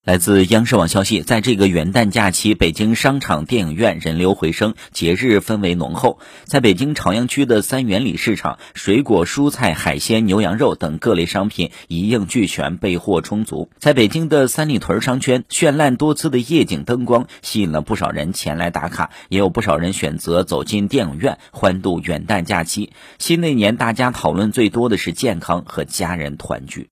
来自央视网消息，在这个元旦假期，北京商场、电影院人流回升，节日氛围浓厚。在北京朝阳区的三元里市场，水果、蔬菜、海鲜、牛羊肉等各类商品一应俱全，备货充足。在北京的三里屯商圈，绚烂多姿的夜景灯光吸引了不少人前来打卡，也有不少人选择走进电影院欢度元旦假期。新的一年，大家讨论最多的是健康和家人团聚。